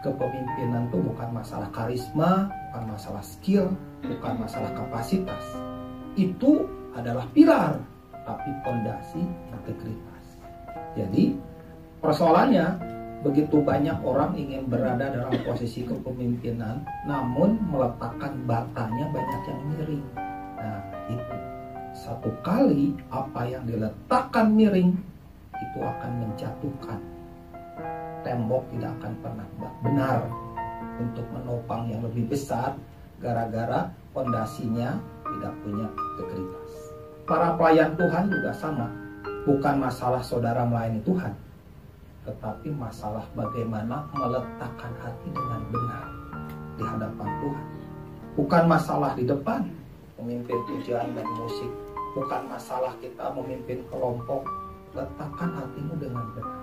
kepemimpinan itu bukan masalah karisma, bukan masalah skill, bukan masalah kapasitas. Itu adalah pilar, tapi fondasi integritas. Jadi persoalannya, begitu banyak orang ingin berada dalam posisi kepemimpinan, namun meletakkan batanya banyak yang miring. Nah, itu satu kali apa yang diletakkan miring itu akan menjatuhkan. Tembok tidak akan pernah benar untuk menopang yang lebih besar gara-gara fondasinya tidak punya integritas. Para pelayan Tuhan juga sama. Bukan masalah saudara melayani Tuhan, tetapi masalah bagaimana meletakkan hati dengan benar di hadapan Tuhan. Bukan masalah di depan memimpin pujian dan musik, bukan masalah kita memimpin kelompok. Letakkan hatimu dengan benar.